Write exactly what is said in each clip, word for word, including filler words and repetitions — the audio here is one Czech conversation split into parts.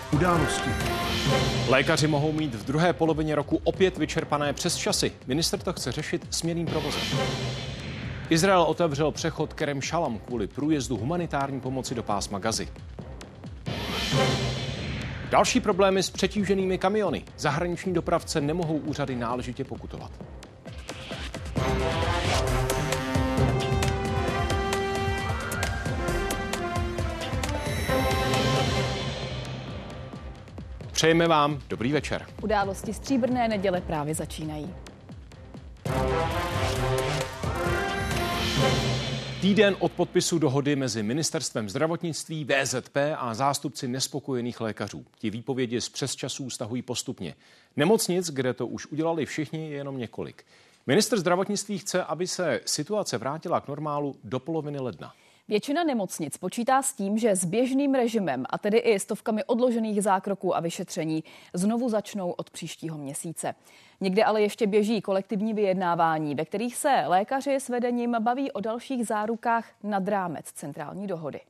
Události. Lékaři mohou mít v druhé polovině roku opět vyčerpané přesčasy. Ministr to chce řešit směnným provozem. Izrael otevřel přechod Kerem Šalam kvůli průjezdu humanitární pomoci do pásma Gazy. Další problémy s přetíženými kamiony. Zahraniční dopravce nemohou úřady náležitě pokutovat. Přejeme vám dobrý večer. Události Stříbrné neděle právě začínají. Týden od podpisu dohody mezi Ministerstvem zdravotnictví, V Z P a zástupci nespokojených lékařů. Ti výpovědi z přesčasů stahují postupně. Nemocnic, kde to už udělali všichni, je jenom několik. Ministr zdravotnictví chce, aby se situace vrátila k normálu do poloviny ledna. Většina nemocnic počítá s tím, že s běžným režimem, a tedy i stovkami odložených zákroků a vyšetření, znovu začnou od příštího měsíce. Někde ale ještě běží kolektivní vyjednávání, ve kterých se lékaři s vedením baví o dalších zárukách nad rámec centrální dohody.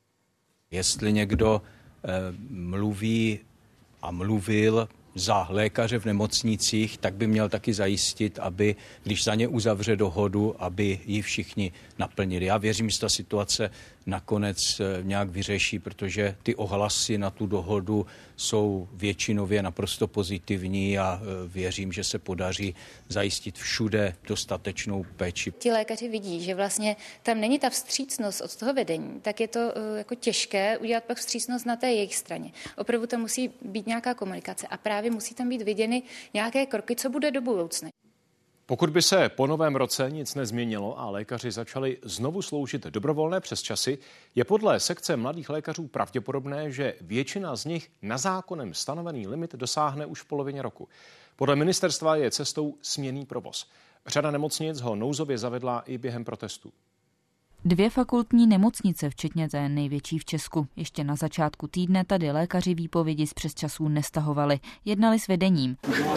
Jestli někdo eh, mluví a mluvil za lékaře v nemocnicích, tak by měl taky zajistit, aby, když za ně uzavře dohodu, aby ji všichni naplnili. Já věřím, že ta situace nakonec nějak vyřeší, protože ty ohlasy na tu dohodu jsou většinově naprosto pozitivní a věřím, že se podaří zajistit všude dostatečnou péči. Ti lékaři vidí, že vlastně tam není ta vstřícnost od toho vedení, tak je to jako těžké udělat pak vstřícnost na té jejich straně. Opravdu tam musí být nějaká komunikace a právě musí tam být viděny nějaké kroky, co bude do budoucna. Pokud by se po novém roce nic nezměnilo a lékaři začali znovu sloužit dobrovolné přesčasy, je podle sekce mladých lékařů pravděpodobné, že většina z nich na zákonem stanovený limit dosáhne už v polovině roku. Podle ministerstva je cestou směnný provoz. Řada nemocnic ho nouzově zavedla i během protestů. Dvě fakultní nemocnice, včetně té největší v Česku. Ještě na začátku týdne tady lékaři výpovědi z přesčasů nestahovali. Jednali s vedením.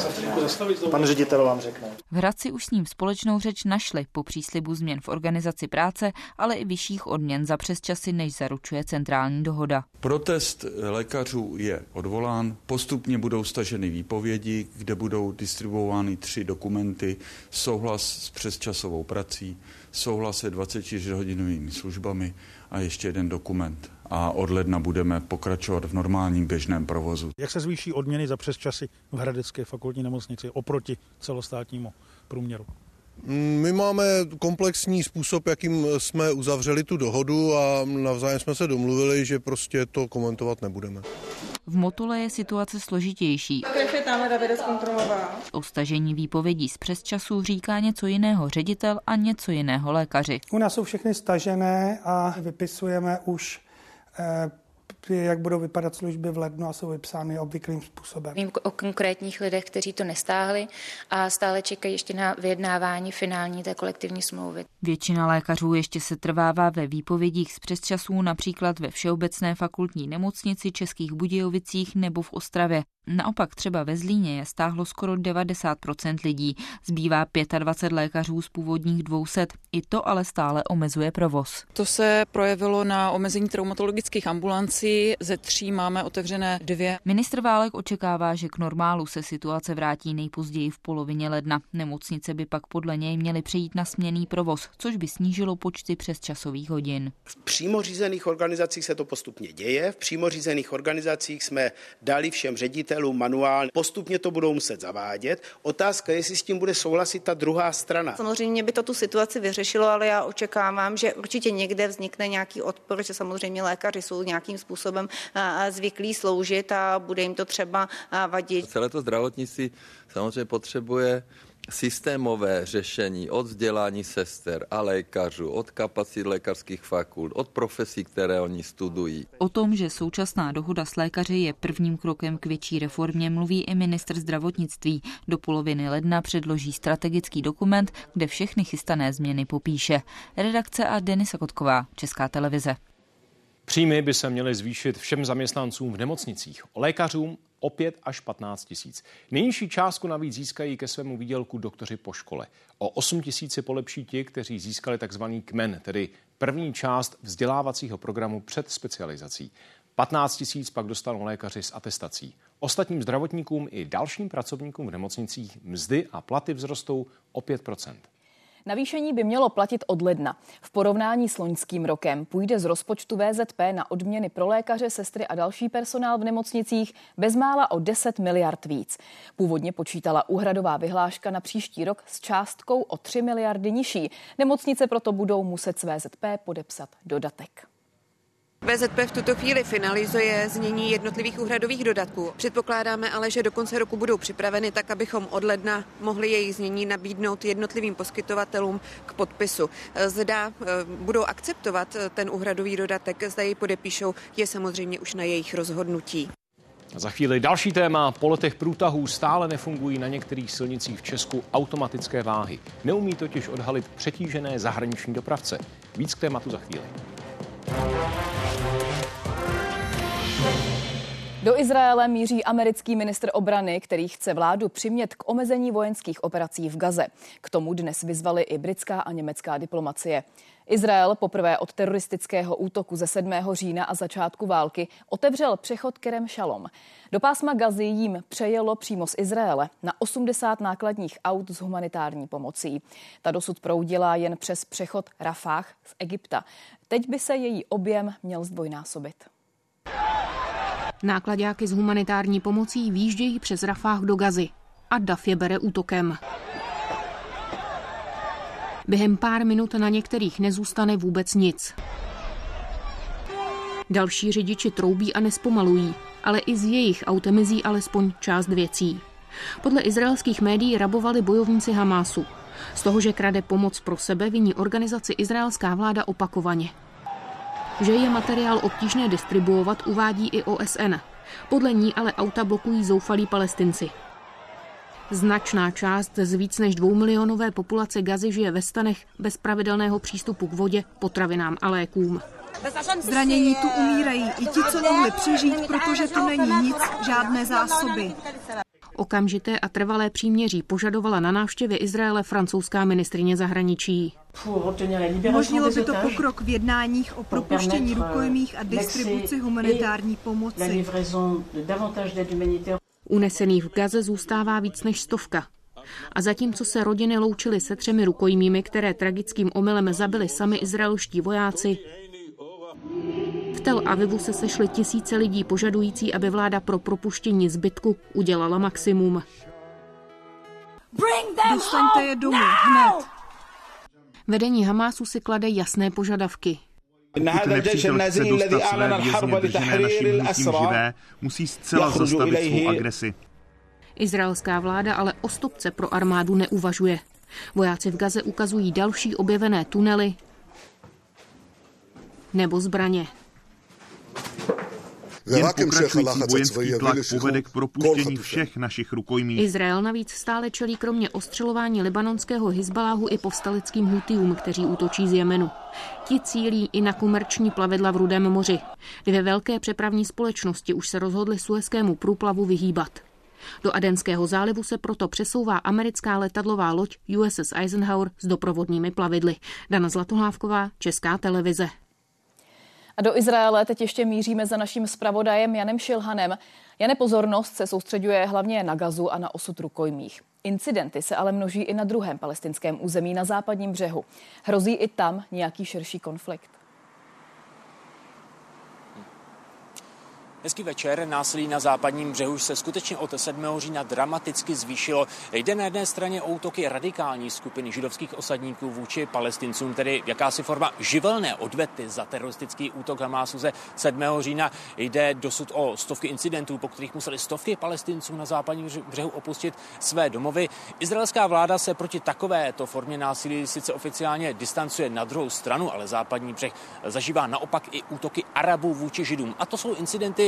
Pan ředitel vám řekne. V Hradci už s ním společnou řeč našli po příslibu změn v organizaci práce, ale i vyšších odměn za přesčasy, než zaručuje centrální dohoda. Protest lékařů je odvolán. Postupně budou staženy výpovědi, kde budou distribuovány tři dokumenty: souhlas s přesčasovou prací, souhlas se dvaceti čtyřmi hodinovými službami a ještě jeden dokument. A od ledna budeme pokračovat v normálním běžném provozu. Jak se zvýší odměny za přesčasy v Hradecké fakultní nemocnici oproti celostátnímu průměru? My máme komplexní způsob, jakým jsme uzavřeli tu dohodu a navzájem jsme se domluvili, že prostě to komentovat nebudeme. V Motole je situace složitější. O stažení výpovědí z přesčasů říká něco jiného ředitel a něco jiného lékaři. U nás jsou všechny stažené a vypisujeme už, jak budou vypadat služby v lednu a jsou vypsány obvyklým způsobem. Vím o konkrétních lidech, kteří to nestáhli a stále čekají ještě na vyjednávání finální té kolektivní smlouvy. Většina lékařů ještě se trvává ve výpovědích z přesčasů, například ve Všeobecné fakultní nemocnici, Českých Budějovicích nebo v Ostravě. Naopak třeba ve Zlíně je stáhlo skoro devadesát procent lidí. Zbývá dvacet pět lékařů z původních dvou set. I to ale stále omezuje provoz. To se projevilo na omezení traumatologických ambulancí. Ze tří máme otevřené dvě. Ministr Válek očekává, že k normálu se situace vrátí nejpozději v polovině ledna. Nemocnice by pak podle něj měly přejít na směnný provoz, což by snížilo počty přesčasových hodin. V přímo řízených organizacích se to postupně děje. V přímo řízených organizacích jsme dali všem ředitelům manuál. Postupně to budou muset zavádět. Otázka je, jestli s tím bude souhlasit ta druhá strana. Samozřejmě by to tu situaci vyřešilo, ale já očekávám, že určitě někde vznikne nějaký odpor, že samozřejmě lékaři jsou nějakým způsobem zvyklí sloužit a bude jim to třeba vadit. Celé to zdravotnictví samozřejmě potřebuje systémové řešení od vzdělání sester a lékařů, od kapacit lékařských fakult, od profesí, které oni studují. O tom, že současná dohoda s lékaři je prvním krokem k větší reformě, mluví i ministr zdravotnictví. Do poloviny ledna předloží strategický dokument, kde všechny chystané změny popíše. Redakce a Denisa Kotková, Česká televize. Příjmy by se měly zvýšit všem zaměstnancům v nemocnicích. Lékařům o pět až patnáct tisíc. Nejnižší částku navíc získají ke svému výdělku doktoři po škole. O osm tisíc polepší ti, kteří získali takzvaný kmen, tedy první část vzdělávacího programu před specializací. patnáct tisíc pak dostanou lékaři s atestací. Ostatním zdravotníkům i dalším pracovníkům v nemocnicích mzdy a platy vzrostou o pět procent. Navýšení by mělo platit od ledna. V porovnání s loňským rokem půjde z rozpočtu V Z P na odměny pro lékaře, sestry a další personál v nemocnicích bezmála o deset miliard víc. Původně počítala úhradová vyhláška na příští rok s částkou o tři miliardy nižší. Nemocnice proto budou muset s V Z P podepsat dodatek. V Z P v tuto chvíli finalizuje znění jednotlivých úhradových dodatků. Předpokládáme ale, že do konce roku budou připraveny tak, abychom od ledna mohli jejich znění nabídnout jednotlivým poskytovatelům k podpisu. Zda budou akceptovat ten úhradový dodatek, zda jej podepíšou, je samozřejmě už na jejich rozhodnutí. Za chvíli další téma. Po letech průtahů stále nefungují na některých silnicích v Česku automatické váhy. Neumí totiž odhalit přetížené zahraniční dopravce. Víc k tématu za chvíli. Do Izraele míří americký ministr obrany, který chce vládu přimět k omezení vojenských operací v Gaze. K tomu dnes vyzvali i britská a německá diplomacie. Izrael poprvé od teroristického útoku ze sedmého října a začátku války otevřel přechod Kerem Shalom. Do pásma Gazy jim přejelo přímo z Izraele na osmdesát nákladních aut s humanitární pomocí. Ta dosud proudila jen přes přechod Rafah z Egypta. Teď by se její objem měl zdvojnásobit. Náklaďáky s humanitární pomocí výjíždějí přes Rafah do Gazy a dav je bere útokem. Během pár minut na některých nezůstane vůbec nic. Další řidiči troubí a nespomalují, ale i z jejich aut mizí alespoň část věcí. Podle izraelských médií rabovali bojovníci Hamásu. Z toho, že krade pomoc pro sebe, viní organizaci izraelská vláda opakovaně. Že je materiál obtížné distribuovat, uvádí i O S N. Podle ní ale auta blokují zoufalí Palestinci. Značná část z víc než dvoumilionové populace Gazy žije ve stanech bez pravidelného přístupu k vodě, potravinám a lékům. Zranění tu umírají i ti, co mohli přežít, protože tu není nic, žádné zásoby. Okamžité a trvalé příměří požadovala na návštěvě Izraele francouzská ministryně zahraničí. Umožnilo by to pokrok v jednáních o propuštění rukojmích a distribuci humanitární pomoci. Unesených v Gaze zůstává víc než stovka. A zatímco se rodiny loučily se třemi rukojmími, které tragickým omylem zabili sami izraelští vojáci, v Tel Avivu se sešly tisíce lidí požadující, aby vláda pro propuštění zbytku udělala maximum. Dostaňte je domů hned. Vedení Hamásu si klade jasné požadavky. Pokud nepřítel chce dostat své vězně držené naším hnutím živé, musí zcela zastavit svou agresi. Izraelská vláda ale o stopce pro armádu neuvažuje. Vojáci v Gaze ukazují další objevené tunely nebo zbraně. Jen pokračující vojenský tlak povede k propuštění všech našich rukojmí. Izrael navíc stále čelí kromě ostřelování libanonského Hizbaláhu i povstaleckým Hutijům, kteří útočí z Jemenu. Ti cílí i na komerční plavidla v Rudém moři. Dvě velké přepravní společnosti už se rozhodly Suezkému průplavu vyhýbat. Do Adenského zálivu se proto přesouvá americká letadlová loď U S S Eisenhower s doprovodnými plavidly. Dana Zlatohlávková, Česká televize. A do Izraele teď ještě míříme za naším zpravodajem Janem Šilhanem. Jane, pozornost se soustřeďuje hlavně na Gazu a na osud rukojmích. Incidenty se ale množí i na druhém palestinském území na západním břehu. Hrozí i tam nějaký širší konflikt? Hezký večer. Násilí na západním břehu se skutečně od sedmého října dramaticky zvýšilo. Jde na jedné straně o útoky radikální skupiny židovských osadníků vůči Palestincům, tedy jakási forma živelné odvety za teroristický útok Hamásu ze sedmého října. Jde dosud o stovky incidentů, po kterých museli stovky Palestinců na západním břehu opustit své domovy. Izraelská vláda se proti takovéto formě násilí sice oficiálně distancuje na druhou stranu, ale západní břeh zažívá naopak i útoky Arabů vůči Židům. A to jsou incidenty,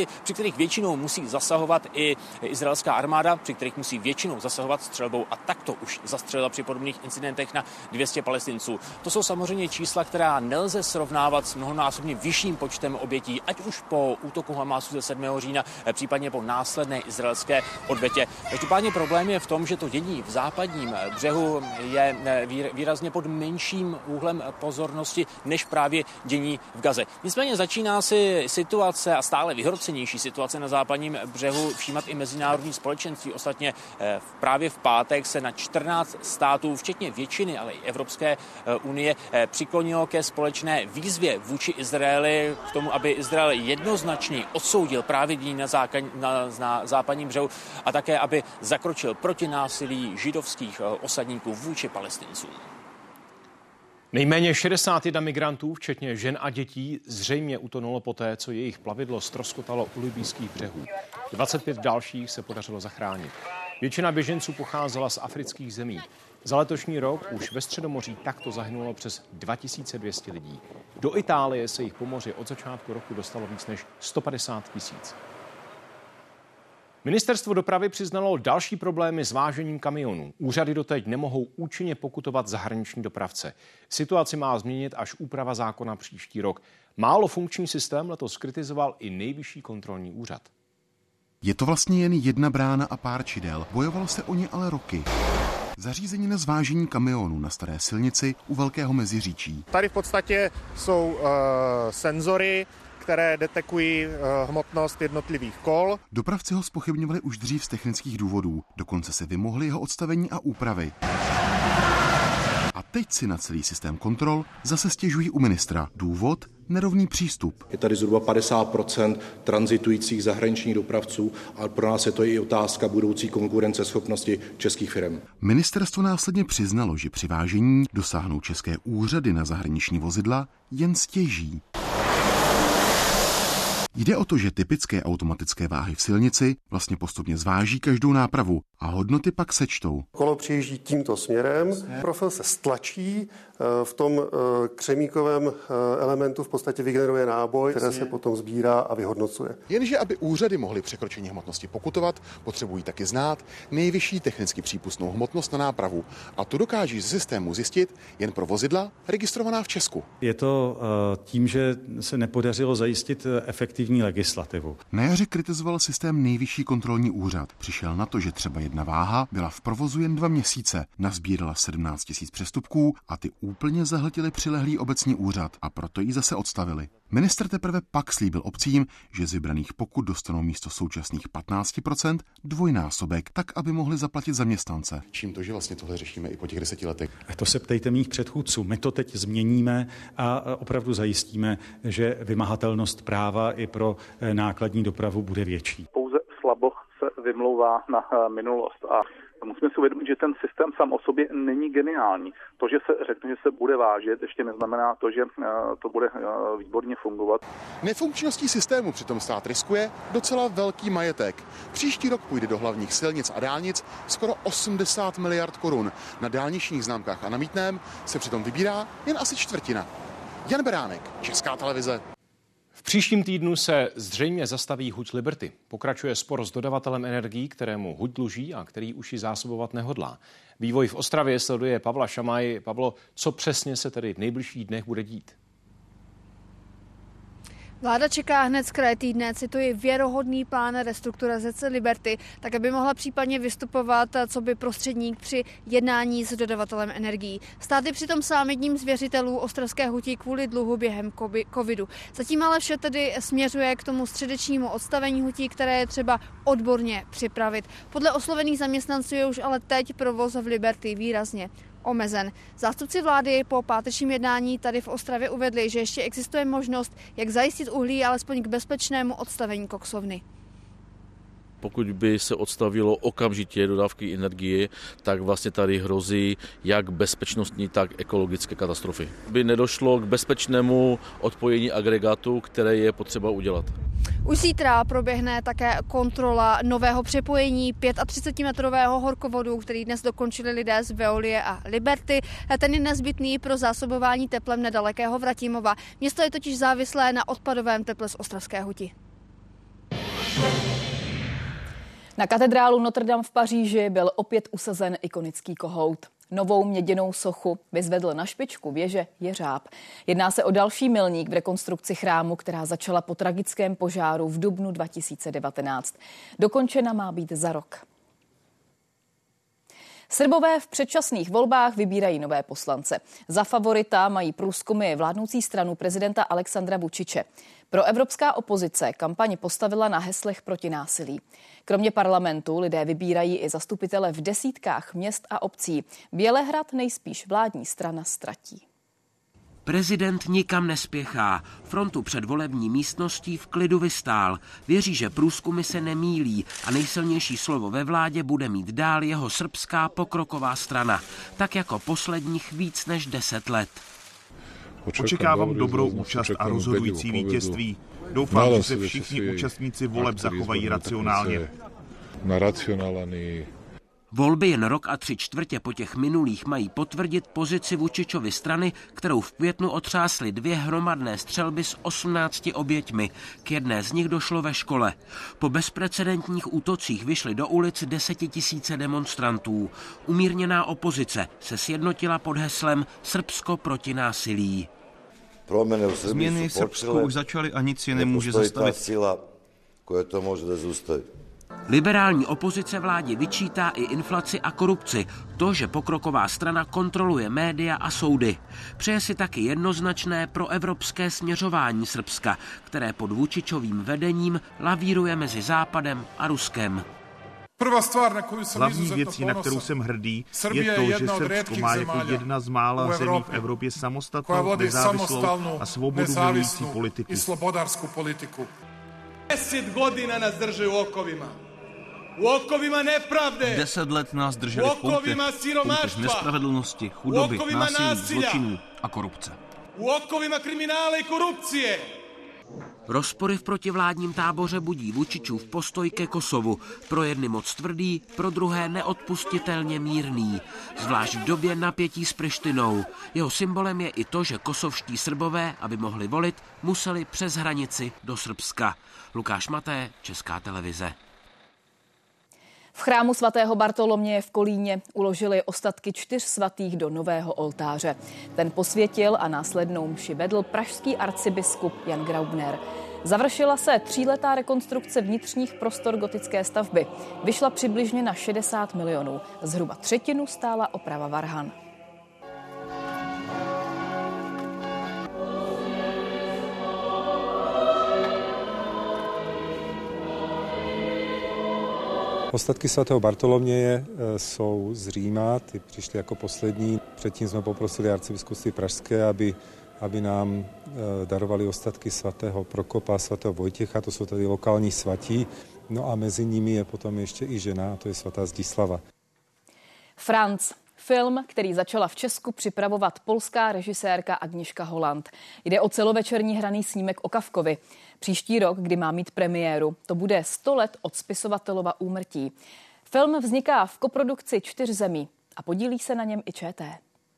při kterých většinou musí zasahovat i izraelská armáda, při kterých musí většinou zasahovat střelbou a takto už zastřelila při podobných incidentech na dvě stě Palestinců. To jsou samozřejmě čísla, která nelze srovnávat s mnohonásobně vyšším počtem obětí, ať už po útoku Hamásu ze sedmého října, případně po následné izraelské odvetě. Každopádně problém je v tom, že to dění v západním břehu je výrazně pod menším úhlem pozornosti než právě dění v Gaze. Nicméně začíná si situace a stále vyhrocenější situace na západním břehu všímat i mezinárodní společenství. Ostatně právě v pátek se na čtrnáct států, včetně většiny, ale i Evropské unie, přiklonilo ke společné výzvě vůči Izraeli k tomu, aby Izrael jednoznačně odsoudil právě dění na, zákon, na, na západním břehu a také, aby zakročil proti násilí židovských osadníků vůči Palestincům. Nejméně šedesát jedna migrantů, včetně žen a dětí, zřejmě utonulo poté, co jejich plavidlo ztroskotalo u libyjských břehů. dvacet pět dalších se podařilo zachránit. Většina běženců pocházela z afrických zemí. Za letošní rok už ve Středomoří takto zahynulo přes dva tisíce dvě stě lidí. Do Itálie se jich po moři od začátku roku dostalo víc než sto padesát tisíc. Ministerstvo dopravy přiznalo další problémy s vážením kamionů. Úřady doteď nemohou účinně pokutovat zahraniční dopravce. Situaci má změnit až úprava zákona příští rok. Málo funkční systém letos kritizoval i Nejvyšší kontrolní úřad. Je to vlastně jen jedna brána a pár čidel. Bojovalo se o ně ale roky. Zařízení na zvážení kamionů na staré silnici u Velkého Meziříčí. Tady v podstatě jsou uh, senzory, které detekují uh, hmotnost jednotlivých kol. Dopravci ho zpochybňovali už dřív z technických důvodů. Dokonce se vymohli jeho odstavení a úpravy. A teď si na celý systém kontrol zase stěžují u ministra. Důvod? Nerovný přístup. Je tady zhruba padesát procent tranzitujících zahraničních dopravců a pro nás je to i otázka budoucí konkurenceschopnosti českých firm. Ministerstvo následně přiznalo, že při vážení dosáhnou české úřady na zahraniční vozidla jen stěží. Jde o to, že typické automatické váhy v silnici vlastně postupně zváží každou nápravu a hodnoty pak sečtou. Kolo přijíždí tímto směrem, profil se stlačí, v tom křemíkovém elementu v podstatě vygeneruje náboj, které se potom sbírá a vyhodnocuje. Jenže aby úřady mohly překročení hmotnosti pokutovat, potřebují taky znát nejvyšší technicky přípustnou hmotnost na nápravu. A to dokáží ze systému zjistit jen pro vozidla registrovaná v Česku. Je to tím, že se nepodařilo zajistit efektivní legislativu. Na jaře kritizoval systém Nejvyšší kontrolní úřad. Přišel na to, že třeba jedna váha byla v provozu jen dva měsíce, nazbírala sedmnáct tisíc přestupků a ty úplně zahltili přilehlý obecní úřad a proto ji zase odstavili. Ministr teprve pak slíbil obcím, že z vybraných pokut dostanou místo současných patnáct procent dvojnásobek, tak aby mohli zaplatit zaměstnance. Čím to, že vlastně tohle řešíme i po těch deseti letech? To se ptejte mých předchůdců. My to teď změníme a opravdu zajistíme, že vymahatelnost práva i pro nákladní dopravu bude větší. Pouze slaboch se vymlouvá na minulost a musíme si uvědomit, že ten systém sám o sobě není geniální. To, že se řekne, že se bude vážit, ještě neznamená to, že to bude výborně fungovat. Nefunkčností systému přitom stát riskuje docela velký majetek. Příští rok půjde do hlavních silnic a dálnic skoro osmdesát miliard korun. Na dálničních známkách a na mýtném se přitom vybírá jen asi čtvrtina. Jan Beránek, Česká televize. V příštím týdnu se zřejmě zastaví huť Liberty. Pokračuje spor s dodavatelem energií, kterému huť dluží a který už ji zásobovat nehodlá. Vývoj v Ostravě sleduje Pavla Šamaj. Pavlo, co přesně se tedy v nejbližších dnech bude dít? Vláda čeká hned z kraje týdne, cituji, věrohodný plán restrukturalizace Liberty, tak aby mohla případně vystupovat co by prostředník při jednání s dodavatelem energií. Stát je přitom sám jedním z věřitelů ostravské hutí kvůli dluhu během covidu. Zatím ale vše tedy směřuje k tomu středečnímu odstavení hutí, které je třeba odborně připravit. Podle oslovených zaměstnanců je už ale teď provoz v Liberty výrazně omezen. Zástupci vlády po pátečním jednání tady v Ostravě uvedli, že ještě existuje možnost, jak zajistit uhlí alespoň k bezpečnému odstavení koksovny. Pokud by se odstavilo okamžitě dodávky energie, tak vlastně tady hrozí jak bezpečnostní, tak ekologické katastrofy. By nedošlo k bezpečnému odpojení agregátu, které je potřeba udělat. Už zítra proběhne také kontrola nového připojení třicetimetrového horkovodu, který dnes dokončili lidé z Veolie a Liberty. Ten je nezbytný pro zásobování teplem nedalekého Vratimova. Město je totiž závislé na odpadovém teple z ostravské huti. Na katedrálu Notre Dame v Paříži byl opět usazen ikonický kohout. Novou měděnou sochu vyzvedl na špičku věže jeřáb. Jedná se o další milník v rekonstrukci chrámu, která začala po tragickém požáru v dubnu dva tisíce devatenáct. Dokončena má být za rok. Srbové v předčasných volbách vybírají nové poslance. Za favorita mají průzkumy vládnoucí stranu prezidenta Alexandra Vučiče. Pro evropská opozice kampaň postavila na heslech proti násilí. Kromě parlamentu lidé vybírají i zastupitele v desítkách měst a obcí. Bělehrad nejspíš vládní strana ztratí. Prezident nikam nespěchá. Frontu před volební místností v klidu vystál. Věří, že průzkumy se nemýlí a nejsilnější slovo ve vládě bude mít dál jeho srbská pokroková strana. Tak jako posledních víc než deset let. Očekávám dobrou účast a rozhodující vítězství. Doufám, že se všichni účastníci voleb zachovají racionálně. Volby jen rok a tři čtvrtě po těch minulých mají potvrdit pozici Vučičovy strany, kterou v květnu otřásly dvě hromadné střelby s osmnácti oběťmi. K jedné z nich došlo ve škole. Po bezprecedentních útocích vyšly do ulic desetitisíce demonstrantů. Umírněná opozice se sjednotila pod heslem Srbsko proti násilí. Změny v Srbsku už začaly a nic je nemůže zastavit. Liberální opozice vládě vyčítá i inflaci a korupci, to, že pokroková strana kontroluje média a soudy. Přeje si taky jednoznačné proevropské směřování Srbska, které pod Vučičovým vedením lavíruje mezi Západem a Ruskem. Hlavní věcí, na kterou jsem hrdý, je to, že Srbsko má jako jedna z mála zemí v Evropě samostatnou, nezávislou a svobodu milující politiku. Deset godina nás drží u okovima. U okovima nepravde. Deset let nás drželi v poutech, poutech nespravedlnosti, chudoby, násilí, zločinů a korupce. U okovima kriminále i korupcie. Rozpory v protivládním táboře budí Vučičův postoj ke Kosovu. Pro jedny moc tvrdý, pro druhé neodpustitelně mírný. Zvlášť v době napětí s Prištinou. Jeho symbolem je i to, že kosovští Srbové, aby mohli volit, museli přes hranici do Srbska. Lukáš Maté, Česká televize. V chrámu svatého Bartoloměje v Kolíně uložili ostatky čtyř svatých do nového oltáře. Ten posvětil a následnou mši vedl pražský arcibiskup Jan Graubner. Završila se tříletá rekonstrukce vnitřních prostor gotické stavby. Vyšla přibližně na šedesát milionů. Zhruba třetinu stála oprava varhan. Ostatky svatého Bartoloměje jsou z Říma, ty přišly jako poslední. Předtím jsme poprosili arcibiskupství pražské, aby, aby nám darovali ostatky svatého Prokopa, svatého Vojtěcha, to jsou tady lokální svatí. No a mezi nimi je potom ještě i žena, a to je svatá Zdislava. Franz. Film, který začala v Česku připravovat polská režisérka Agnieszka Holland. Jde o celovečerní hraný snímek o Kafkovi. Příští rok, kdy má mít premiéru, to bude sto let od spisovatelova úmrtí. Film vzniká v koprodukci čtyř zemí a podílí se na něm i ČT.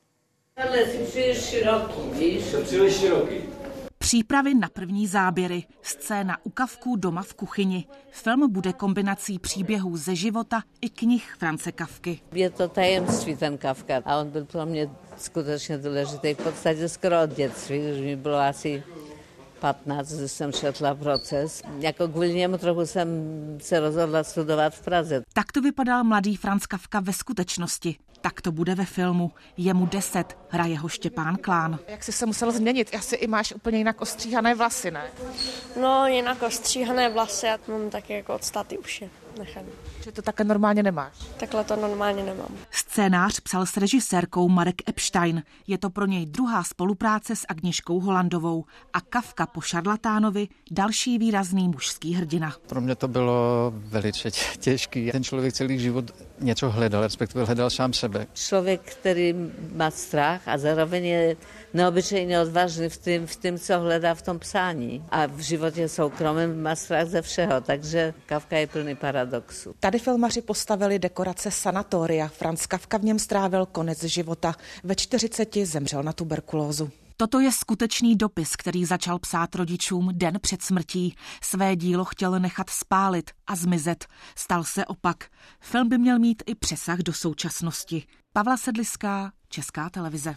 Ale jsi příliš široký, víš? Jsem příliš široký. Přípravy na první záběry, scéna u Kafků doma v kuchyni. Film bude kombinací příběhů ze života i knih France Kafky. Je to tajemství ten Kafka a on byl pro mě skutečně důležitý. V podstatě skoro od dětství, když mi bylo asi patnáct, když jsem šetla proces. Jako kvůli němu trochu jsem se rozhodla studovat v Praze. Tak to vypadal mladý Franz Kafka ve skutečnosti. Tak to bude ve filmu. Je mu deset, hraje ho Štěpán Klán. Jak jsi se musel změnit? Asi i máš úplně jinak ostříhané vlasy, ne? No, jinak ostříhané vlasy, já mám taky jako od státy uši nechaný. Že to také normálně nemáš? Takhle to normálně nemám. Scénář psal s režisérkou Marek Epstein. Je to pro něj druhá spolupráce s Agnieszkou Hollandovou. A Kafka po šarlatánovi další výrazný mužský hrdina. Pro mě to bylo velice těžký. Ten člověk celý život něco hledal, respektive hledal sám sebe. Člověk, který má strach a zároveň je neobyčejně odvážný v tom, v tom, co hledá v tom psání. A v životě soukromém má strach ze všeho, takže Kafka je plný paradoxů. Tady filmaři postavili dekorace sanatoria. Franz Kafka v něm strávil konec života. Ve čtyřiceti zemřel na tuberkulózu. Toto je skutečný dopis, který začal psát rodičům den před smrtí. Své dílo chtěl nechat spálit a zmizet. Stal se opak. Film by měl mít i přesah do současnosti. Pavla Sedliská, Česká televize.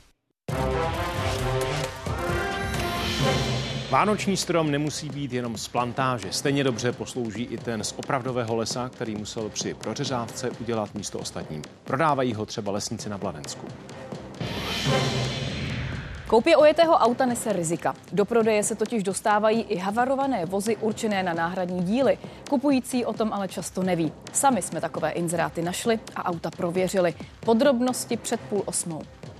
Vánoční strom nemusí být jenom z plantáže. Stejně dobře poslouží i ten z opravdového lesa, který musel při prořezávce udělat místo ostatním. Prodávají ho třeba lesníci na Blanensku. Koupě ojetého auta nese rizika. Do prodeje se totiž dostávají i havarované vozy určené na náhradní díly. Kupující o tom ale často neví. Sami jsme takové inzeráty našli a auta prověřili. Podrobnosti před půl osmou.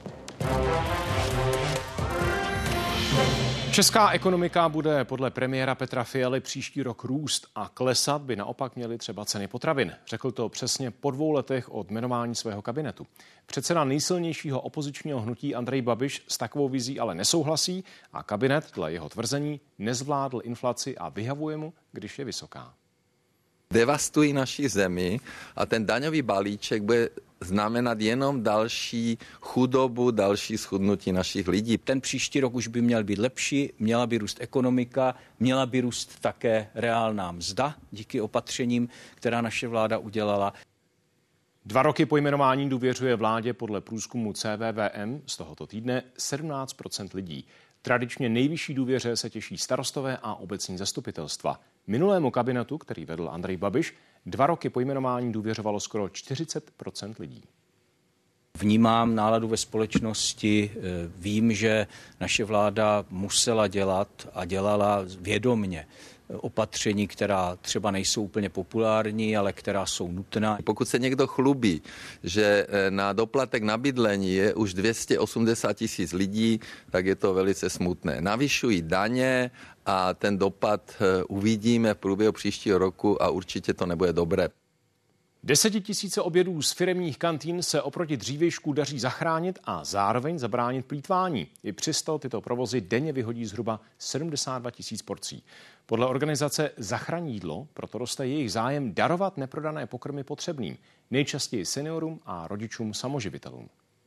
Česká ekonomika bude podle premiéra Petra Fialy příští rok růst a klesat by naopak měly třeba ceny potravin. Řekl to přesně po dvou letech od jmenování svého kabinetu. Předseda nejsilnějšího opozičního hnutí Andrej Babiš s takovou vizí ale nesouhlasí a kabinet dle jeho tvrzení nezvládl inflaci a vyhavuje mu, když je vysoká. Devastují naši zemi a ten daňový balíček bude znamenat jenom další chudobu, další schudnutí našich lidí. Ten příští rok už by měl být lepší, měla by růst ekonomika, měla by růst také reálná mzda díky opatřením, která naše vláda udělala. Dva roky po jmenování důvěřuje vládě podle průzkumu C V V M z tohoto týdne sedmnáct procent lidí. Tradičně nejvyšší důvěře se těší starostové a obecní zastupitelstva. Minulému kabinetu, který vedl Andrej Babiš, dva roky po jmenování důvěřovalo skoro čtyřicet procent lidí. Vnímám náladu ve společnosti, vím, že naše vláda musela dělat a dělala vědomně opatření, která třeba nejsou úplně populární, ale která jsou nutná. Pokud se někdo chlubí, že na doplatek na bydlení je už dvě stě osmdesát tisíc lidí, tak je to velice smutné. Navyšují daně a ten dopad uvidíme v průběhu příštího roku a určitě to nebude dobré. Desetitisíce obědů z firemních kantýn se oproti dřívějšku daří zachránit a zároveň zabránit plýtvání. I přesto tyto provozy denně vyhodí zhruba sedmdesát dva tisíc porcí. Podle organizace Zachraň jídlo proto roste jejich zájem darovat neprodané pokrmy potřebným, nejčastěji seniorům a rodičům samoživitelům.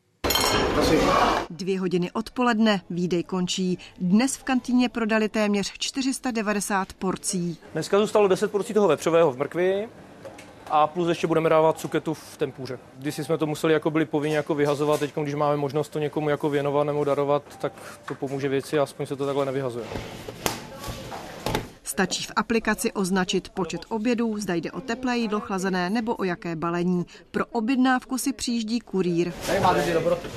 Dvě hodiny odpoledne, výdej končí. Dnes v kantýně prodali téměř čtyři sta devadesát porcí. Dneska zůstalo deset porcí toho vepřového v mrkvi. A plus ještě budeme dávat cuketu v tempůře. Když jsme to museli jako byli povinni jako vyhazovat, teď když máme možnost to někomu jako věnovat nebo darovat, tak to pomůže věci a aspoň se to takhle nevyhazuje. Stačí v aplikaci označit počet obědů, zda jde o teplé jídlo, chlazené nebo o jaké balení. Pro objednávku si přijíždí kurýr. Tady máte ty dobroty.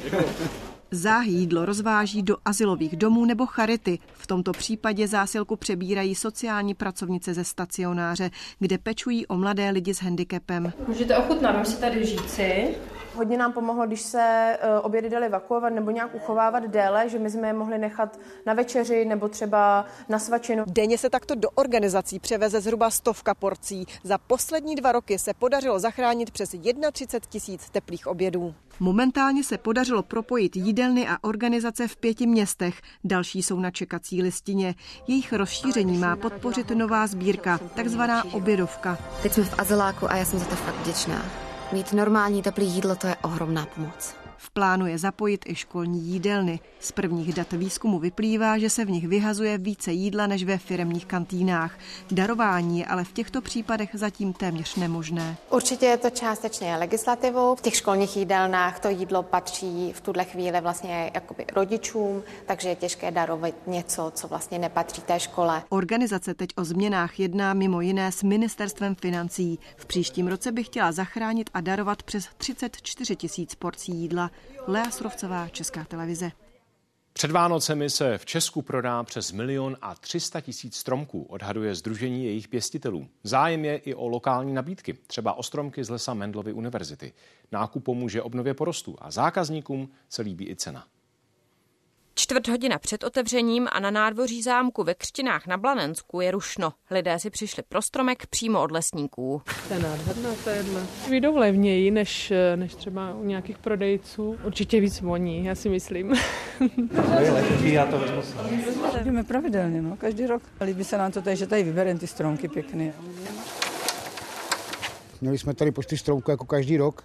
Záhy jídlo rozváží do azylových domů nebo charity. V tomto případě zásilku přebírají sociální pracovnice ze stacionáře, kde pečují o mladé lidi s handicapem. Můžete ochutnat, my si tady říci. Hodně nám pomohlo, když se obědy daly vakuovat nebo nějak uchovávat déle, že my jsme je mohli nechat na večeři nebo třeba na svačinu. Denně se takto do organizací převeze zhruba stovka porcí. Za poslední dva roky se podařilo zachránit přes třicet jedna tisíc teplých obědů. Momentálně se podařilo propojit jídelny a organizace v pěti městech. Další jsou na čekací listině. Jejich rozšíření má podpořit nová sbírka, takzvaná obědovka. Teď jsme v azyláku a já jsem za to fakt vděčná. Mít normální teplé jídlo, to je ohromná pomoc. V plánu je zapojit i školní jídelny. Z prvních dat výzkumu vyplývá, že se v nich vyhazuje více jídla než ve firemních kantýnách. Darování je ale v těchto případech zatím téměř nemožné. Určitě je to částečně legislativou. V těch školních jídelnách to jídlo patří v tuhle chvíli vlastně jakoby rodičům, takže je těžké darovat něco, co vlastně nepatří té škole. Organizace teď o změnách jedná mimo jiné s Ministerstvem financí. V příštím roce by chtěla zachránit a darovat přes třicet čtyři tisíc porcí jídla. Lea Srovcová, Česká televize. Před Vánocemi se v Česku prodá přes milion a tři sta tisíc stromků, odhaduje sdružení jejich pěstitelů. Zájem je i o lokální nabídky, třeba o stromky z lesa Mendelovy univerzity. Nákup pomůže obnově porostů a zákazníkům se líbí i cena. Čtvrt hodina před otevřením a na nádvoří zámku ve Křtinách na Blanensku je rušno. Lidé si přišli pro stromek přímo od lesníků. To je nádherná tadyhle. Vyjdou levněji než, než třeba u nějakých prodejců. Určitě víc voní, já si myslím. To je lehký, já to vezmu sám. Jdeme pravidelně, no, každý rok. Líbí se nám to tady, že tady vybereme ty stromky pěkné. Měli jsme tady počty stromků jako každý rok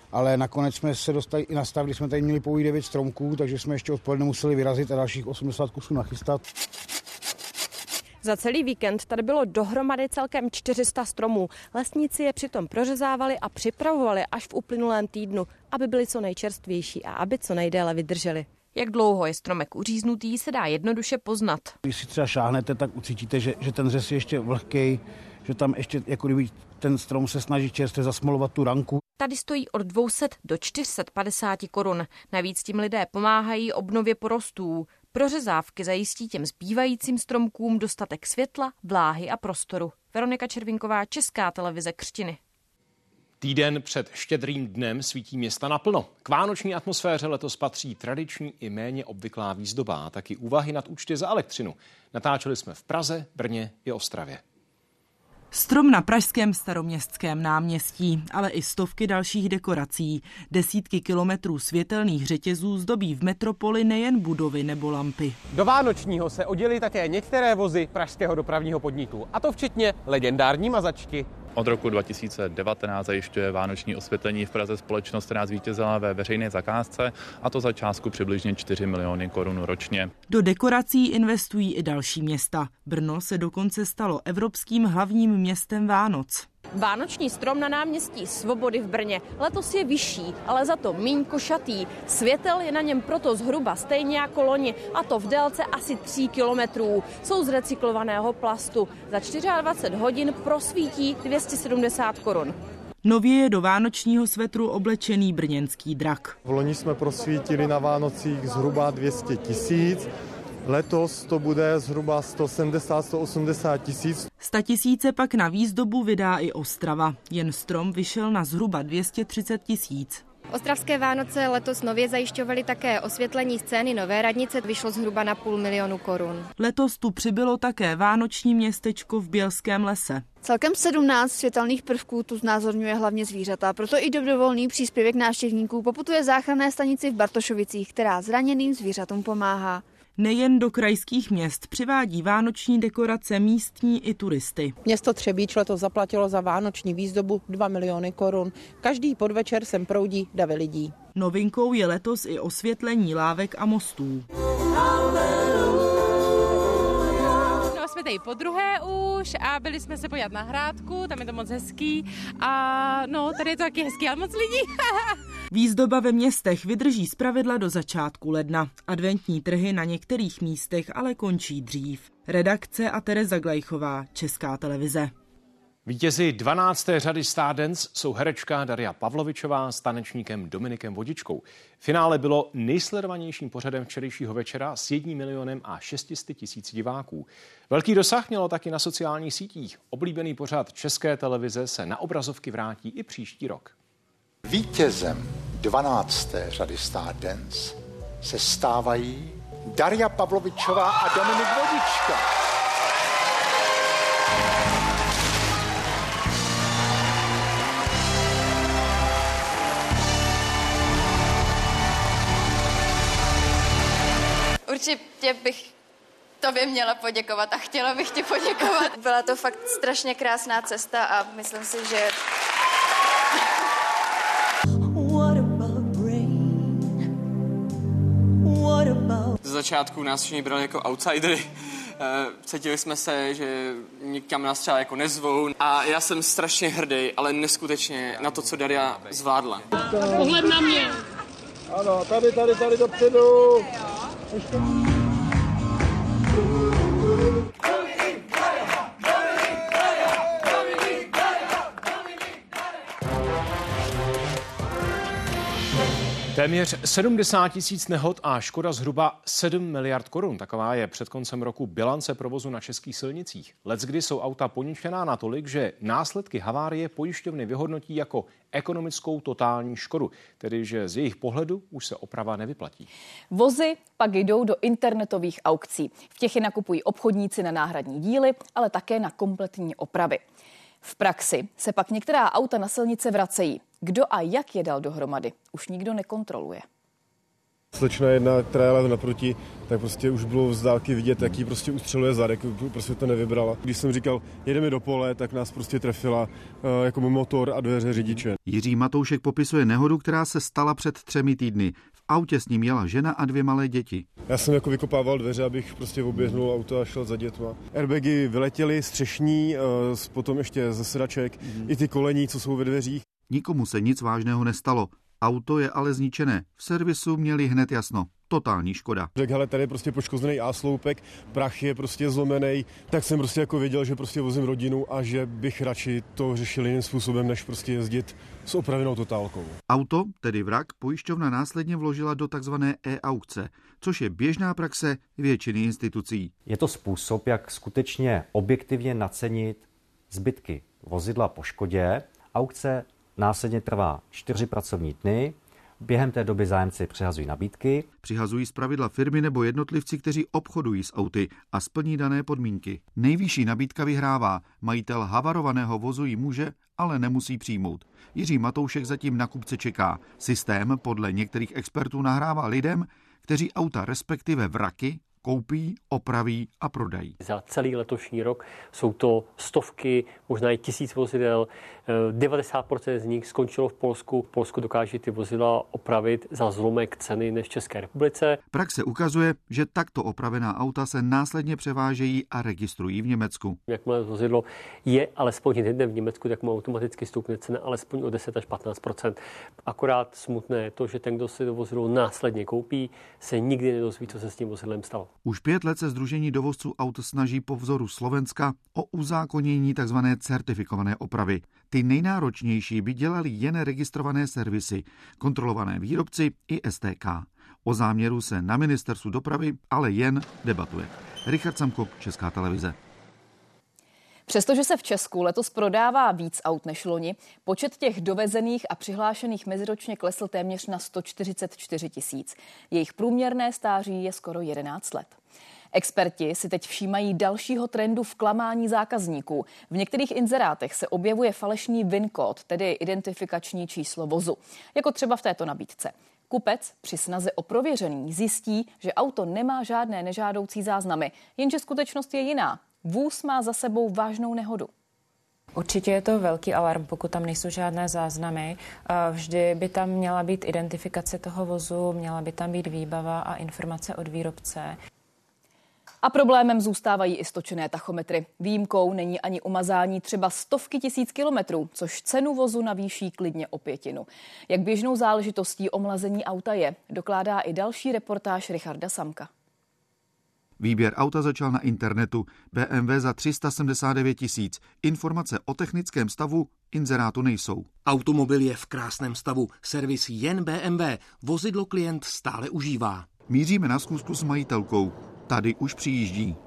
ale nakonec jsme se dostali i nastavili, jsme tady měli pouhých devět stromků, takže jsme ještě odpoledne museli vyrazit a dalších osmdesát kusů nachystat. Za celý víkend tady bylo dohromady celkem čtyři sta stromů. Lesníci je přitom prořezávali a připravovali až v uplynulém týdnu, aby byli co nejčerstvější a aby co nejdéle vydrželi. Jak dlouho je stromek uříznutý, se dá jednoduše poznat. Když si třeba šáhnete, tak ucítíte, že, že ten řez je ještě vlhkej, že tam ještě, jako kdyby ten strom se snaží čerstvě zasmolovat tu ranku. Tady stojí od dvě stě do čtyři sta padesát korun. Navíc tím lidé pomáhají obnově porostů. Prořezávky zajistí těm zbývajícím stromkům dostatek světla, vláhy a prostoru. Veronika Červinková, Česká televize, Křtiny. Týden před Štědrým dnem svítí města naplno. K vánoční atmosféře letos patří tradiční i méně obvyklá výzdoba a taky úvahy nad účty za elektřinu. Natáčeli jsme v Praze, Brně i Ostravě. Strom na pražském Staroměstském náměstí, ale i stovky dalších dekorací. Desítky kilometrů světelných řetězů zdobí v metropoli nejen budovy nebo lampy. Do vánočního se oděly také některé vozy pražského dopravního podniku, a to včetně legendární mazačky. Od roku dva tisíce devatenáct zajišťuje vánoční osvětlení v Praze společnost, která zvítězila ve veřejné zakázce, a to za částku přibližně čtyři miliony korun ročně. Do dekorací investují i další města. Brno se dokonce stalo evropským hlavním městem Vánoc. Vánoční strom na náměstí Svobody v Brně letos je vyšší, ale za to míň košatý. Světel je na něm proto zhruba stejně jako loni, a to v délce asi tří kilometrů. Jsou z recyklovaného plastu. Za dvacet čtyři hodin prosvítí dvě stě sedmdesát korun. Nově je do vánočního svetru oblečený brněnský drak. V loni jsme prosvítili na Vánocích zhruba dvě stě tisíc. Letos to bude zhruba sto sedmdesát až sto osmdesát tisíc. Statisíce pak na výzdobu vydá i Ostrava. Jen strom vyšel na zhruba dvě stě třicet tisíc. Ostravské Vánoce letos nově zajišťovaly také osvětlení scény Nové radnice, vyšlo zhruba na půl milionu korun. Letos tu přibylo také vánoční městečko v Bělském lese. Celkem sedmnáct světelných prvků tu znázorňuje hlavně zvířata, proto i dobrovolný příspěvek návštěvníků poputuje záchranné stanici v Bartošovicích, která zraněným zvířatům pomáhá. Nejen do krajských měst přivádí vánoční dekorace místní i turisty. Město Třebíč letos zaplatilo za vánoční výzdobu dva miliony korun. Každý podvečer sem proudí davy lidí. Novinkou je letos i osvětlení lávek a mostů. No, jsme tady po druhé už a byli jsme se podívat na hrádku, tam je to moc hezký a no, tady je to taky hezký, ale moc lidí. Výzdoba ve městech vydrží zpravidla do začátku ledna. Adventní trhy na některých místech ale končí dřív. Redakce a Tereza Glejchová, Česká televize. Vítězi dvanácté řady Stardance jsou herečka Daria Pavlovičová s tanečníkem Dominikem Vodičkou. Finále bylo nejsledovanějším pořadem včerejšího večera s jedním milionem a šesti sty tisíci diváků. Velký dosah mělo taky na sociálních sítích. Oblíbený pořad České televize se na obrazovky vrátí i příští rok. Vítězem dvanácté řady Stardance se stávají Daria Pavlovičová a Dominik Vodička. Určitě bych tobě měla poděkovat a chtěla bych ti poděkovat. Byla to fakt strašně krásná cesta a myslím si, že Z začátku nás všichni brali jako outsidery. Cítili jsme se, že nikam nás třeba jako nezvou. A já jsem strašně hrdý, ale neskutečně na to, co Daria zvládla. Pohled na mě. Ano, tady, tady, tady dopředu. Ještě... Téměř sedmdesát tisíc nehod a škoda zhruba sedm miliard korun. Taková je před koncem roku bilance provozu na českých silnicích. Leckdy jsou auta poničená natolik, že následky havárie pojišťovny vyhodnotí jako ekonomickou totální škodu, tedy že z jejich pohledu už se oprava nevyplatí. Vozy pak jdou do internetových aukcí. V těch je nakupují obchodníci na náhradní díly, ale také na kompletní opravy. V praxi se pak některá auta na silnice vracejí. Kdo a jak je dal dohromady, už nikdo nekontroluje. Slečna jedna, která jela naproti, tak prostě už bylo z dálky vidět, jaký prostě ustřeluje zadek, prostě to nevybrala. Když jsem říkal, jedeme do pole, tak nás prostě trefila uh, jako motor a dveře řidiče. Jiří Matoušek popisuje nehodu, která se stala před třemi týdny. V autě s ním jela žena a dvě malé děti. Já jsem jako vykopával dveře, abych prostě oběhnul auto a šel za dětma. Airbagy vyletěly, střešní, uh, potom ještě ze sedaček, mm. i ty kolení, co jsou ve dveřích. Nikomu se nic vážného nestalo. Auto je ale zničené. V servisu měli hned jasno. Totální škoda. Řekl, hele, tady je prostě poškozený A-sloupek, prach je prostě zlomený, tak jsem prostě jako věděl, že prostě vozím rodinu a že bych radši to řešil jiným způsobem, než prostě jezdit s opravenou totálkou. Auto, tedy vrak, pojišťovna následně vložila do takzvané e-aukce, což je běžná praxe většiny institucí. Je to způsob, jak skutečně objektivně nacenit zbytky vozidla po škodě. Aukce následně trvá čtyři pracovní dny. Během té doby zájemci přihazují nabídky. Přihazují zpravidla firmy nebo jednotlivci, kteří obchodují s auty a splní dané podmínky. Nejvyšší nabídka vyhrává. Majitel havarovaného vozu ji může, ale nemusí přijmout. Jiří Matoušek zatím na kupce čeká. Systém podle některých expertů nahrává lidem, kteří auta, respektive vraky, koupí, opraví a prodají. Za celý letošní rok jsou to stovky, možná i tisíc vozidel. devadesát procent z nich skončilo v Polsku. V Polsku dokáže ty vozidla opravit za zlomek ceny než v České republice. Praxe ukazuje, že takto opravená auta se následně převážejí a registrují v Německu. Jakmile vozidlo je alespoň jeden v Německu, tak mu automaticky stoupne cena alespoň o deset až patnáct procent. Akorát smutné je to, že ten, kdo si to vozidlo následně koupí, se nikdy nedozví, co se s tím vozidlem stalo. Už pět let se Sdružení dovozců aut snaží po vzoru Slovenska o uzákonění tzv. Certifikované opravy. Ty nejnáročnější by dělali jen registrované servisy, kontrolované výrobci i S T K. O záměru se na ministerstvu dopravy ale jen debatuje. Richard Samkop, Česká televize. Přestože se v Česku letos prodává víc aut než loni, počet těch dovezených a přihlášených meziročně klesl téměř na sto čtyřicet čtyři tisíc. Jejich průměrné stáří je skoro jedenáct let. Experti si teď všímají dalšího trendu v klamání zákazníků. V některých inzerátech se objevuje falešný V I N kód, tedy identifikační číslo vozu, jako třeba v této nabídce. Kupec při snaze o prověření zjistí, že auto nemá žádné nežádoucí záznamy, jenže skutečnost je jiná. Vůz má za sebou vážnou nehodu. Určitě je to velký alarm, pokud tam nejsou žádné záznamy. Vždy by tam měla být identifikace toho vozu, měla by tam být výbava a informace od výrobce. A problémem zůstávají i stočené tachometry. Výjimkou není ani umazání třeba stovky tisíc kilometrů, což cenu vozu navýší klidně o pětinu. Jak běžnou záležitostí omlazení auta je, dokládá i další reportáž Richarda Samka. Výběr auta začal na internetu. B M W za tři sta sedmdesát devět tisíc. Informace o technickém stavu inzerátu nejsou. Automobil je v krásném stavu. Servis jen B M W. Vozidlo klient stále užívá. Míříme na schůzku s majitelkou. Tady už přijíždí.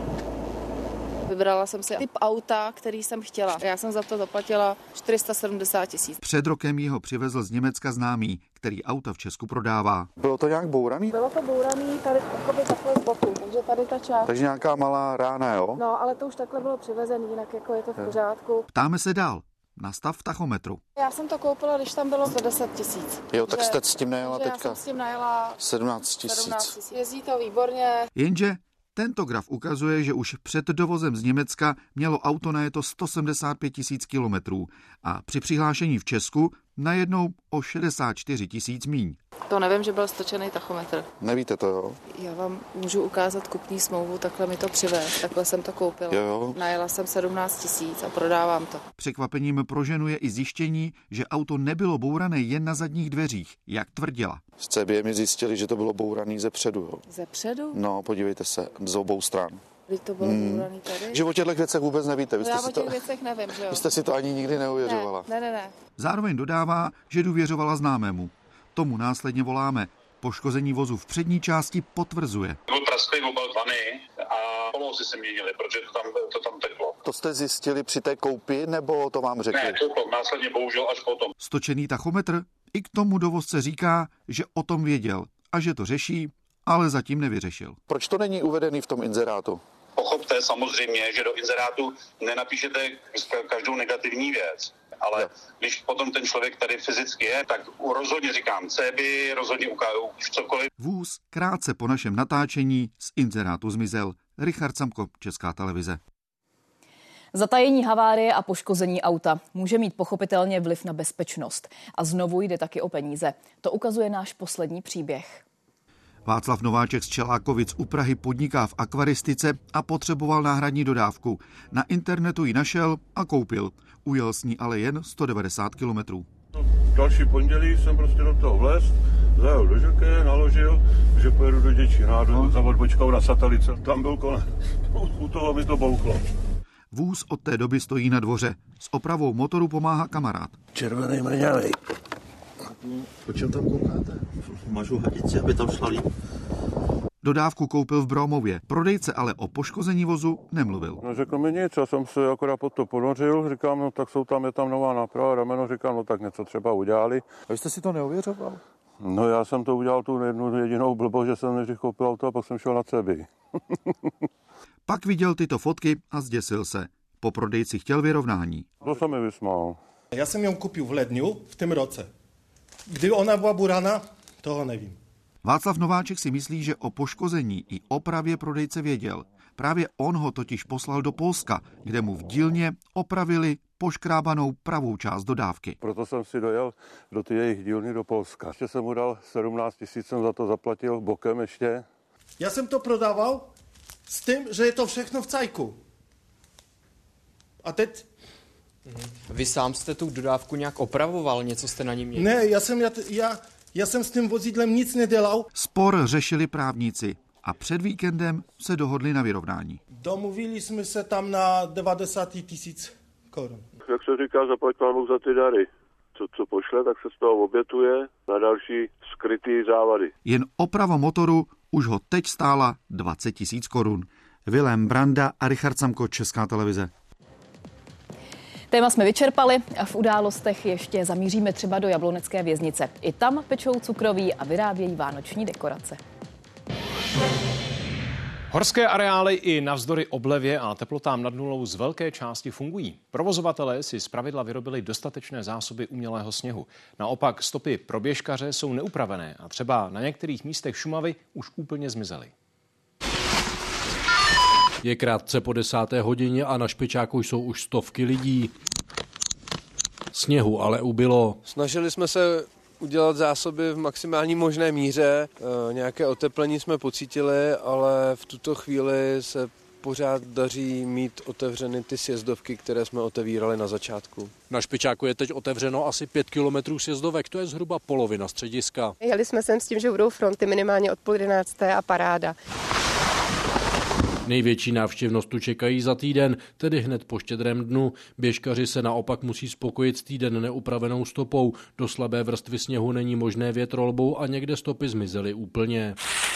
Vybrala jsem si typ auta, který jsem chtěla. Já jsem za to zaplatila čtyři sta sedmdesát tisíc. Před rokem jeho přivezl z Německa známý, který auta v Česku prodává. Bylo to nějak bouraný? Bylo to bouraný tady takhle z boku, takže tady ta část. Takže nějaká malá rána, jo? No, ale to už takhle bylo přivezený, jinak jako je to v pořádku. Ptáme se dál. Na stav tachometru. Já jsem to koupila, když tam bylo za deset tisíc. Jo, tak jste s tím najela teďka? Já jsem s tím najela sedmnáct tisíc. Jezdí to výborně. Jenže tento graf ukazuje, že už před dovozem z Německa mělo auto najeto sto sedmdesát pět tisíc kilometrů a při přihlášení v Česku najednou o šedesát čtyři tisíc míň. To nevím, že byl stočený tachometr. Nevíte to, jo? Já vám můžu ukázat kupní smlouvu, takhle mi to přivez, takhle jsem to koupila. Jo, jo. Najela jsem sedmnáct tisíc a prodávám to. Překvapením pro ženu je i zjištění, že auto nebylo bourané jen na zadních dveřích, jak tvrdila. Z C B mi zjistili, že to bylo bourané ze předu, jo? Ze předu? No, podívejte se, z obou stran. Kdy to bylo hmm. bouraný tady? Že o těchto věcech vůbec nevíte. Vy jste Já si o těch to... věcech nevím, že jo? Vy jste si to ani nikdy neuvěřovala. Ne, ne, ne. Zároveň dodává, že důvěřovala známému. Tomu následně voláme. Poškození vozu v přední části potvrzuje. Byl prasklý obal vany a polohosy se měnily, protože to tam, to tam teklo. To jste zjistili při té koupi, nebo to vám řekli? Ne, to, to následně bohužel až potom. Stočený tachometr? I k tomu dovozce říká, že o tom věděl a že to řeší, ale zatím nevyřešil. Proč to není uvedený v tom inzerátu? Pochopte samozřejmě, že do inzerátu nenapíšete každou negativní věc. Ale jo. Když potom ten člověk tady fyzicky je, tak rozhodně říkám céby, rozhodně ukážu cokoliv. Vůz krátce po našem natáčení z inzerátu zmizel. Richard Samko, Česká televize. Zatajení havárie a poškození auta může mít pochopitelně vliv na bezpečnost. A znovu jde taky o peníze. To ukazuje náš poslední příběh. Václav Nováček z Čelákovic u Prahy podniká v akvaristice a potřeboval náhradní dodávku. Na internetu ji našel a koupil. Ujel s ní ale jen sto devadesát kilometrů. Další pondělí jsem prostě do toho vlez, zajel do Žokeje, naložil, že pojedu do Děčína, no. za odbočkou na Satelice. Tam byl konec. U toho mi to bouchlo. Vůz od té doby stojí na dvoře. S opravou motoru pomáhá kamarád. Červený mrňavej. Po čem tam koukáte? Mažu hadici, aby tam šla líp. Dodávku koupil v Brómově. Prodejce ale o poškození vozu nemluvil. No řekl mi nic, já jsem se akorát pod to ponořil, říkám, no tak jsou tam, je tam nová náprava, rameno, říkám, no tak něco třeba udělali. A vy jste si to neověřoval? No já jsem to udělal tu jednu jedinou blbost, že jsem nejdřív koupil auto a pak jsem šel na Cebi. Pak viděl tyto fotky a zděsil se. Po prodejci chtěl vyrovnání. To se mi vysmál. Já jsem ji koupil v lednu v tom roce. Kdy ona byla burana, toho nevím. Václav Nováček si myslí, že o poškození i opravě prodejce věděl. Právě on ho totiž poslal do Polska, kde mu v dílně opravili poškrábanou pravou část dodávky. Proto jsem si dojel do ty jejich dílny do Polska. Ještě jsem mu dal sedmnáct tisíc, jsem za to zaplatil bokem ještě. Já jsem to prodával s tím, že je to všechno v cajku. A teď... Vy sám jste tu dodávku nějak opravoval? Něco jste na ní měl? Ne, já jsem, já, já, já jsem s tím vozidlem nic nedělal. Spor řešili právníci a před víkendem se dohodli na vyrovnání. Domluvili jsme se tam na devadesát tisíc korun. Jak se říká, zaplať pánu za ty dary. Co, co pošle, tak se z toho obětuje na další skrytý závady. Jen oprava motoru už ho teď stála dvacet tisíc korun. Vilém Branda a Richard Samko, Česká televize. Téma jsme vyčerpali a v událostech ještě zamíříme třeba do Jablonecké věznice. I tam pečou cukroví a vyrábějí vánoční dekorace. Horské areály i navzdory oblevě a teplotám nad nulou z velké části fungují. Provozovatelé si zpravidla vyrobili dostatečné zásoby umělého sněhu. Naopak stopy pro běžkaře jsou neupravené a třeba na některých místech Šumavy už úplně zmizely. Je krátce po desáté hodině a na špičáku jsou už stovky lidí. Sněhu ale ubylo. Snažili jsme se udělat zásoby v maximální možné míře. E, nějaké oteplení jsme pocítili, ale v tuto chvíli se pořád daří mít otevřeny ty sjezdovky, které jsme otevírali na začátku. Na špičáku je teď otevřeno asi pět kilometrů sjezdovek, to je zhruba polovina střediska. Jeli jsme sem s tím, že budou fronty minimálně od půl jedenácté a paráda. Největší návštěvnost tu čekají za týden, tedy hned po Štědrém dnu. Běžkaři se naopak musí spokojit s týden neupravenou stopou. Do slabé vrstvy sněhu není možné větrolbou a někde stopy zmizely úplně.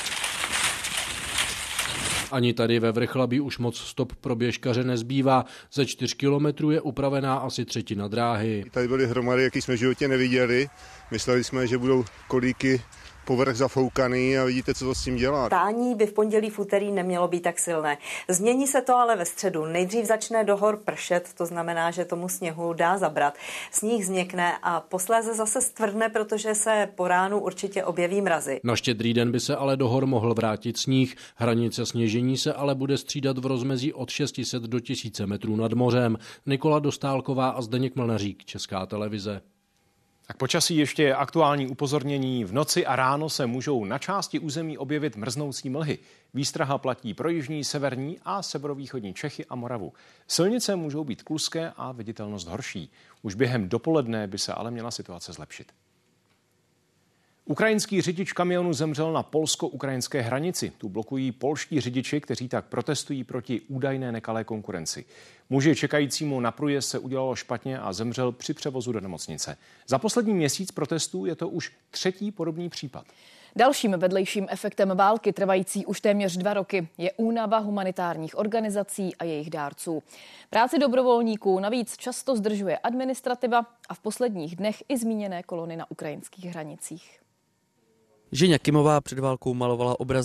Ani tady ve Vrchlabí už moc stop pro běžkaře nezbývá. Ze čtyř kilometrů je upravená asi třetina dráhy. Tady byly hromady, jaký jsme v životě neviděli. Mysleli jsme, že budou kolíky povrch zafoukaný a vidíte, co to s tím dělá. Tání by v pondělí v úterý nemělo být tak silné. Změní se to ale ve středu. Nejdřív začne do hor pršet, to znamená, že tomu sněhu dá zabrat. Sníh změkne a posléze zase stvrdne, protože se po ránu určitě objeví mrazy. Na Štědrý den by se ale do hor mohl vrátit sníh. Hranice sněžení se ale bude střídat v rozmezí od šest set do tisíce metrů nad mořem. Nikola Dostálková a Zdeněk Mlnařík, Česká televize. Tak počasí ještě aktuální upozornění. V noci a ráno se můžou na části území objevit mrznoucí mlhy. Výstraha platí pro jižní, severní a severovýchodní Čechy a Moravu. Silnice můžou být kluské a viditelnost horší. Už během dopoledne by se ale měla situace zlepšit. Ukrajinský řidič kamionu zemřel na polsko-ukrajinské hranici. Tu blokují polští řidiči, kteří tak protestují proti údajné nekalé konkurenci. Muži čekajícímu na průjezd se udělalo špatně a zemřel při převozu do nemocnice. Za poslední měsíc protestů je to už třetí podobný případ. Dalším vedlejším efektem války trvající už téměř dva roky je únava humanitárních organizací a jejich dárců. Práci dobrovolníků navíc často zdržuje administrativa a v posledních dnech i zmíněné kolony na ukrajinských hranicích. Ženě Kimová před válkou malovala obrazy.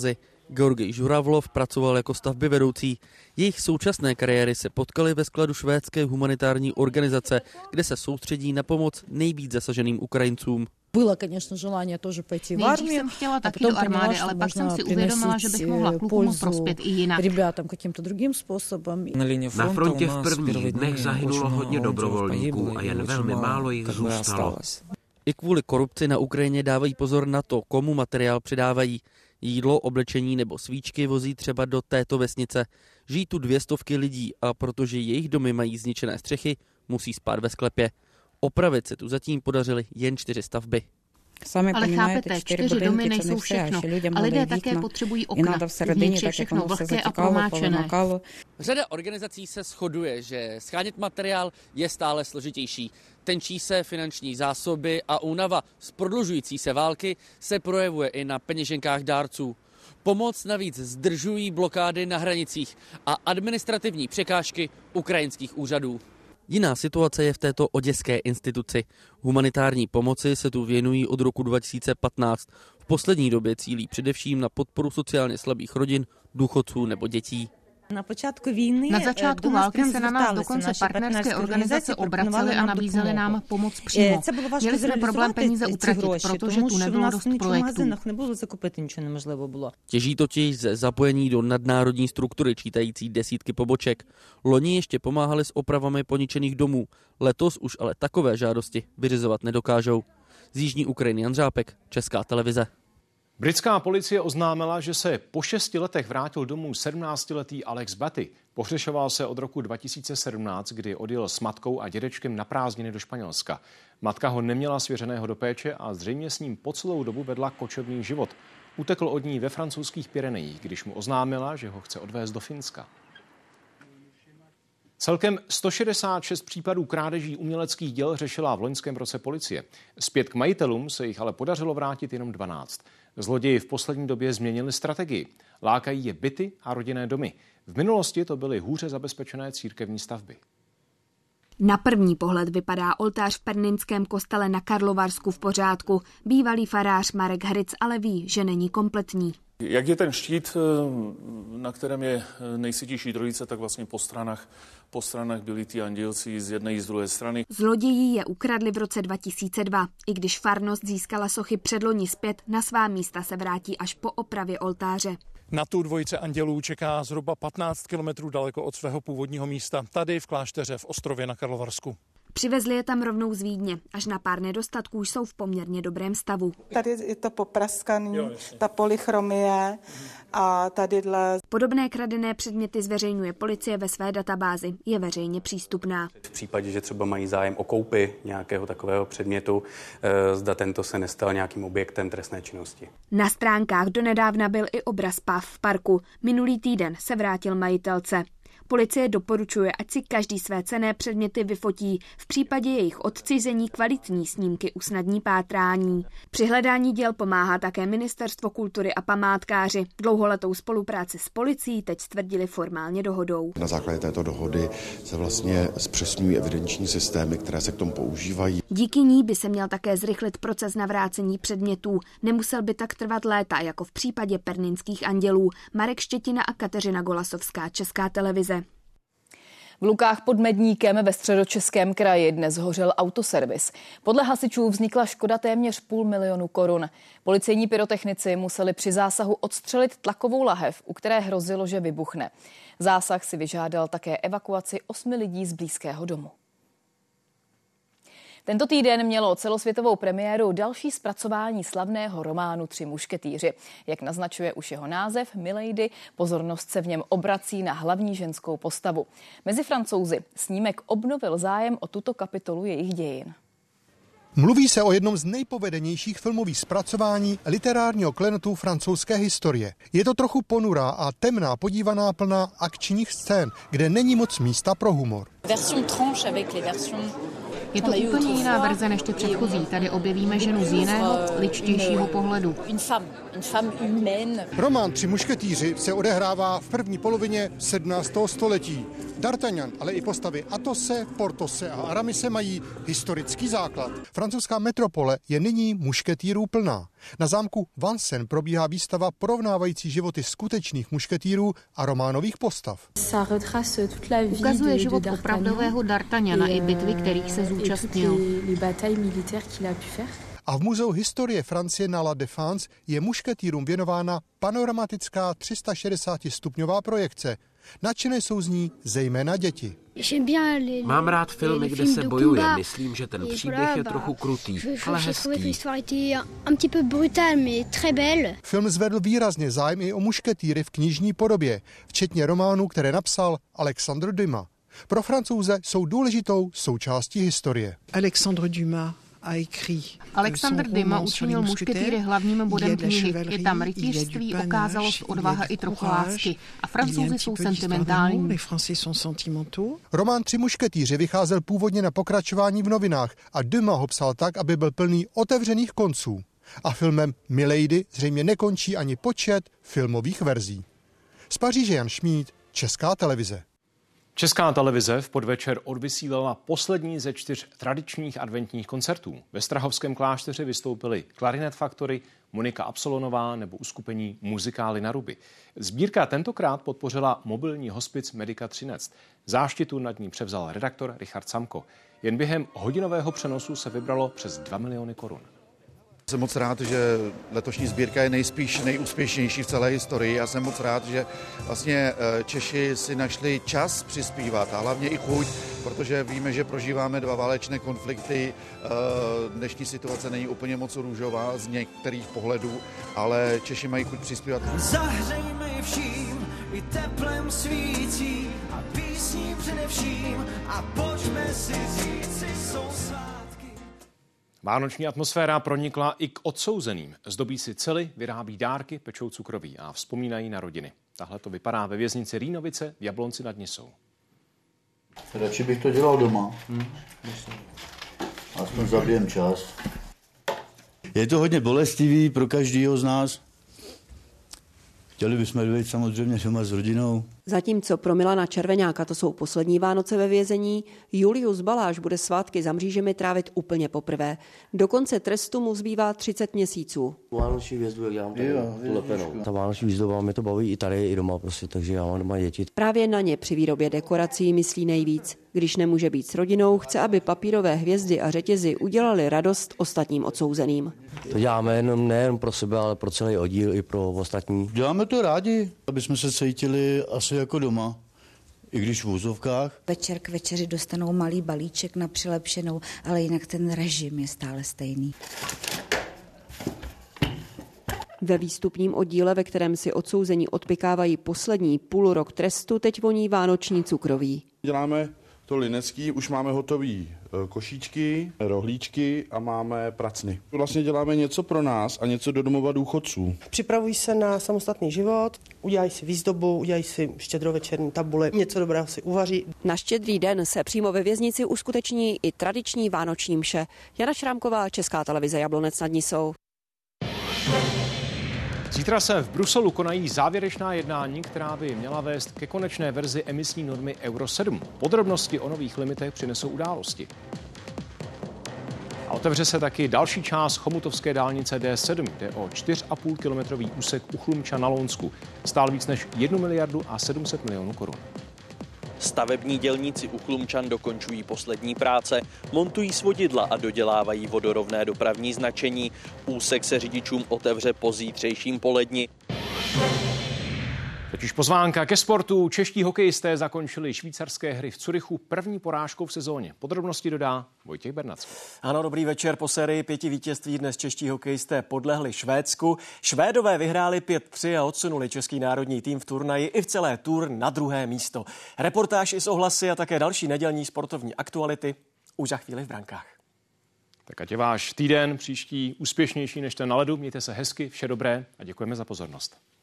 Georgij Žuravlov pracoval jako stavbyvedoucí. Jejich současné kariéry se potkaly ve skladu švédské humanitární organizace, kde se soustředí na pomoc nejvíc zasaženým Ukrajincům. Bylo, конечно, желание тоже пойти в армию. Nejdřív jsem chtěla taky do armády, ale pak jsem si uvědomila, že bych mohla klukům prospět i jinak. Rебятам каким-то другим способом. Na frontě v prvních dnech zahynulo hodně dobrovolníků a jen velmi málo jich zůstalo. I kvůli korupci na Ukrajině dávají pozor na to, komu materiál předávají. Jídlo, oblečení nebo svíčky vozí třeba do této vesnice. Žijí tu dvě stovky lidí a protože jejich domy mají zničené střechy, musí spát ve sklepě. Opravit se tu zatím podařily jen čtyři stavby. Sami ale chápete, čtyři domy nejsou všechno a lidé také potřebují okna. Uvnitř je všechno vlhké a promáčené. Řada organizací se shoduje, že shánět materiál je stále složitější. Tenčí se finanční zásoby a únava z prodlužující se války se projevuje i na peněženkách dárců. Pomoc navíc zdržují blokády na hranicích a administrativní překážky ukrajinských úřadů. Jiná situace je v této oděské instituci. Humanitární pomoci se tu věnují od roku dva tisíce patnáct. V poslední době cílí především na podporu sociálně slabých rodin, důchodců nebo dětí. Na počátku výjny, na začátku války se na nás dokonce partnerské organizace obracely a nabízely nám pomoc přímo. Měli jsme problém peníze utratit, protože tu nebylo dost projektů. Těží totiž ze zapojení do nadnárodní struktury čítající desítky poboček. Loni ještě pomáhali s opravami poničených domů. Letos už ale takové žádosti vyřizovat nedokážou. Z jižní Ukrajiny Jan Řápek, Česká televize. Britská policie oznámila, že se po šesti letech vrátil domů sedmnáctiletý Alex Batty. Pohřešoval se od roku dva tisíce sedmnáct, kdy odjel s matkou a dědečkem na prázdniny do Španělska. Matka ho neměla svěřeného do péče a zřejmě s ním po celou dobu vedla kočovný život. Utekl od ní ve francouzských Pyrenejích, když mu oznámila, že ho chce odvést do Finska. Celkem sto šedesát šest případů krádeží uměleckých děl řešila v loňském roce policie. Zpět k majitelům se jich ale podařilo vrátit jenom dvanáct. Zloději v poslední době změnili strategii. Lákají je byty a rodinné domy. V minulosti to byly hůře zabezpečené církevní stavby. Na první pohled vypadá oltář v pernínském kostele na Karlovarsku v pořádku. Bývalý farář Marek Hryc ale ví, že není kompletní. Jak je ten štít, na kterém je nejsvětější trojice, tak vlastně po stranách, po stranách byli ty andělci z jedné i z druhé strany. Zloději je ukradli v roce dva tisíce dva. I když farnost získala sochy předloni zpět, na svá místa se vrátí až po opravě oltáře. Na tu dvojice andělů čeká zhruba patnáct kilometrů daleko od svého původního místa, tady v klášteře v Ostrově na Karlovarsku. Přivezli je tam rovnou z Vídně. Až na pár nedostatků jsou v poměrně dobrém stavu. Tady je to popraskaný, jo, ta polychromie a tadyhle. Podobné kradené předměty zveřejňuje policie ve své databázi. Je veřejně přístupná. V případě, že třeba mají zájem o koupi nějakého takového předmětu, zda tento se nestal nějakým objektem trestné činnosti. Na stránkách donedávna byl i obraz páv v parku. Minulý týden se vrátil majitelce. Policie doporučuje, ať si každý své cenné předměty vyfotí. V případě jejich odcizení kvalitní snímky usnadní pátrání. Při hledání děl pomáhá také Ministerstvo kultury a památkáři. Dlouholetou spolupráci s policií teď stvrdili formálně dohodou. Na základě této dohody se vlastně zpřesňují evidenční systémy, které se k tomu používají. Díky ní by se měl také zrychlit proces navrácení předmětů. Nemusel by tak trvat léta, jako v případě pernínských andělů. Marek Štětina a Kateřina Golasovská, Česká televize. V Lukách pod Medníkem ve Středočeském kraji dnes hořel autoservis. Podle hasičů vznikla škoda téměř půl milionu korun. Policejní pyrotechnici museli při zásahu odstřelit tlakovou lahev, u které hrozilo, že vybuchne. Zásah si vyžádal také evakuaci osmi lidí z blízkého domu. Tento týden mělo celosvětovou premiéru další zpracování slavného románu Tři mušketýři. Jak naznačuje už jeho název, Milady, pozornost se v něm obrací na hlavní ženskou postavu. Mezi Francouzi snímek obnovil zájem o tuto kapitolu jejich dějin. Mluví se o jednom z nejpovedenějších filmových zpracování literárního klenotu francouzské historie. Je to trochu ponurá a temná podívaná plná akčních scén, kde není moc místa pro humor. Je to úplně jiná verze než ty předchozí. Tady objevíme ženu z jiného, ličtějšího pohledu. Román Tři mušketýři se odehrává v první polovině sedmnáctého století. D'Artagnan, ale i postavy Atose, Portose a Aramise mají historický základ. Francouzská metropole je nyní mušketýrů plná. Na zámku Vincennes probíhá výstava porovnávající životy skutečných mušketýrů a románových postav. Ukazuje život opravdového D'Artagnana i bitvy, kterých se zúčastnil. A v Muzeu historie Francie na La Défense je mušketýrům věnována panoramatická tři sta šedesát stupňová projekce. Nadšené jsou z ní zejména děti. Mám rád filmy, kde se bojuje. Myslím, že ten příběh je trochu krutý, ale hezký. Film zvedl výrazně zájem i o mušketýry v knižní podobě, včetně románů, které napsal Alexandre Dumas. Pro Francouze jsou důležitou součástí historie. Alexandre Dumas Alexandre Dumas učinil mušketýry hlavním bodem knihy. Je tam rytířství, okázalost, odvaha i trochu lásky. A Francouzi jsou sentimentální. Román Tři mušketýři vycházel původně na pokračování v novinách a Dumas ho psal tak, aby byl plný otevřených konců. A filmem Milady zřejmě nekončí ani počet filmových verzí. Z Paříže Jan Šmíd, Česká televize. Česká televize v podvečer odvysílala poslední ze čtyř tradičních adventních koncertů. Ve Strahovském klášteře vystoupili Clarinet Factory, Monika Absolonová nebo uskupení Muzikály na ruby. Sbírka tentokrát podpořila mobilní hospic Medica Třinec. Záštitu nad ní převzal redaktor Richard Samko. Jen během hodinového přenosu se vybralo přes dva miliony korun. Jsem moc rád, že letošní sbírka je nejspíš nejúspěšnější v celé historii. Já jsem moc rád, že vlastně Češi si našli čas přispívat a hlavně i chuť, protože víme, že prožíváme dva válečné konflikty. Dnešní situace není úplně moc růžová z některých pohledů, ale Češi mají chuť přispívat. Zahřejme vším, i teplem svící a písní především a pojďme si říci, jsou svátky. Vánoční atmosféra pronikla i k odsouzeným. Zdobí si cely, vyrábí dárky, pečou cukroví a vzpomínají na rodiny. Tahle to vypadá ve věznici Rýnovice v Jablonci nad Nisou. Radši bych to dělal doma. Hmm. Aspoň zabijem čas. Je to hodně bolestivý pro každýho z nás. Chtěli bychom být samozřejmě doma s rodinou. Zatímco pro Milana Červeňáka to jsou poslední Vánoce ve vězení, Julius Baláš bude svátky za mřížemi trávit úplně poprvé. Do konce trestu mu zbývá třicet měsíců. Vánoční výzdobu, jak já mám tady tu lepenou. Ta vánoční výzdoba mě to baví i tady, i doma, prostě, takže já mám doma děti. Právě na ně při výrobě dekorací myslí nejvíc. Když nemůže být s rodinou, chce, aby papírové hvězdy a řetězy udělali radost ostatním odsouzeným. To děláme jenom nejen pro sebe, ale pro celý oddíl i pro ostatní. Děláme to rádi, aby jsme se cítili asi jako doma, i když v úzovkách. Večer k večeři dostanou malý balíček na přilepšenou, ale jinak ten režim je stále stejný. Ve výstupním oddíle, ve kterém si odsouzení odpikávají poslední půl rok trestu, teď voní vánoční cukroví. Děláme to linecký, už máme hotový košíčky, rohlíčky a máme pracny. Vlastně děláme něco pro nás a něco do domova důchodců. Připravují se na samostatný život, udělají si výzdobu, udělají si štědrovečerní tabule, něco dobrého si uvaří. Na Štědrý den se přímo ve věznici uskuteční i tradiční vánoční mše. Jana Šrámková, Česká televize, Jablonec nad Nisou. Zítra se v Bruselu konají závěrečná jednání, která by měla vést ke konečné verzi emisní normy Euro sedm. Podrobnosti o nových limitech přinesou Události. A otevře se taky další část chomutovské dálnice D sedm, jde o čtyři a půl kilometrový úsek u Chlumča na Lounsku. Stál víc než jednu miliardu a sedm set milionů korun. Stavební dělníci u Chlumčan dokončují poslední práce, montují svodidla a dodělávají vodorovné dopravní značení. Úsek se řidičům otevře po zítřejším poledni. Teď už pozvánka ke sportu. Čeští hokejisté zakončili švýcarské hry v Curychu první porážkou v sezóně. Podrobnosti dodá Vojtěch Bernacký. Ano, dobrý večer. Po sérii pěti vítězství dnes čeští hokejisté podlehli Švédsku. Švédové vyhráli pět tři a odsunuli český národní tým v turnaji i v celé tour na druhé místo. Reportáž i s ohlasy a také další nedělní sportovní aktuality už za chvíli v brankách. Tak ať je váš týden příští úspěšnější než ten na ledu. Mějte se hezky, vše dobré a děkujeme za pozornost.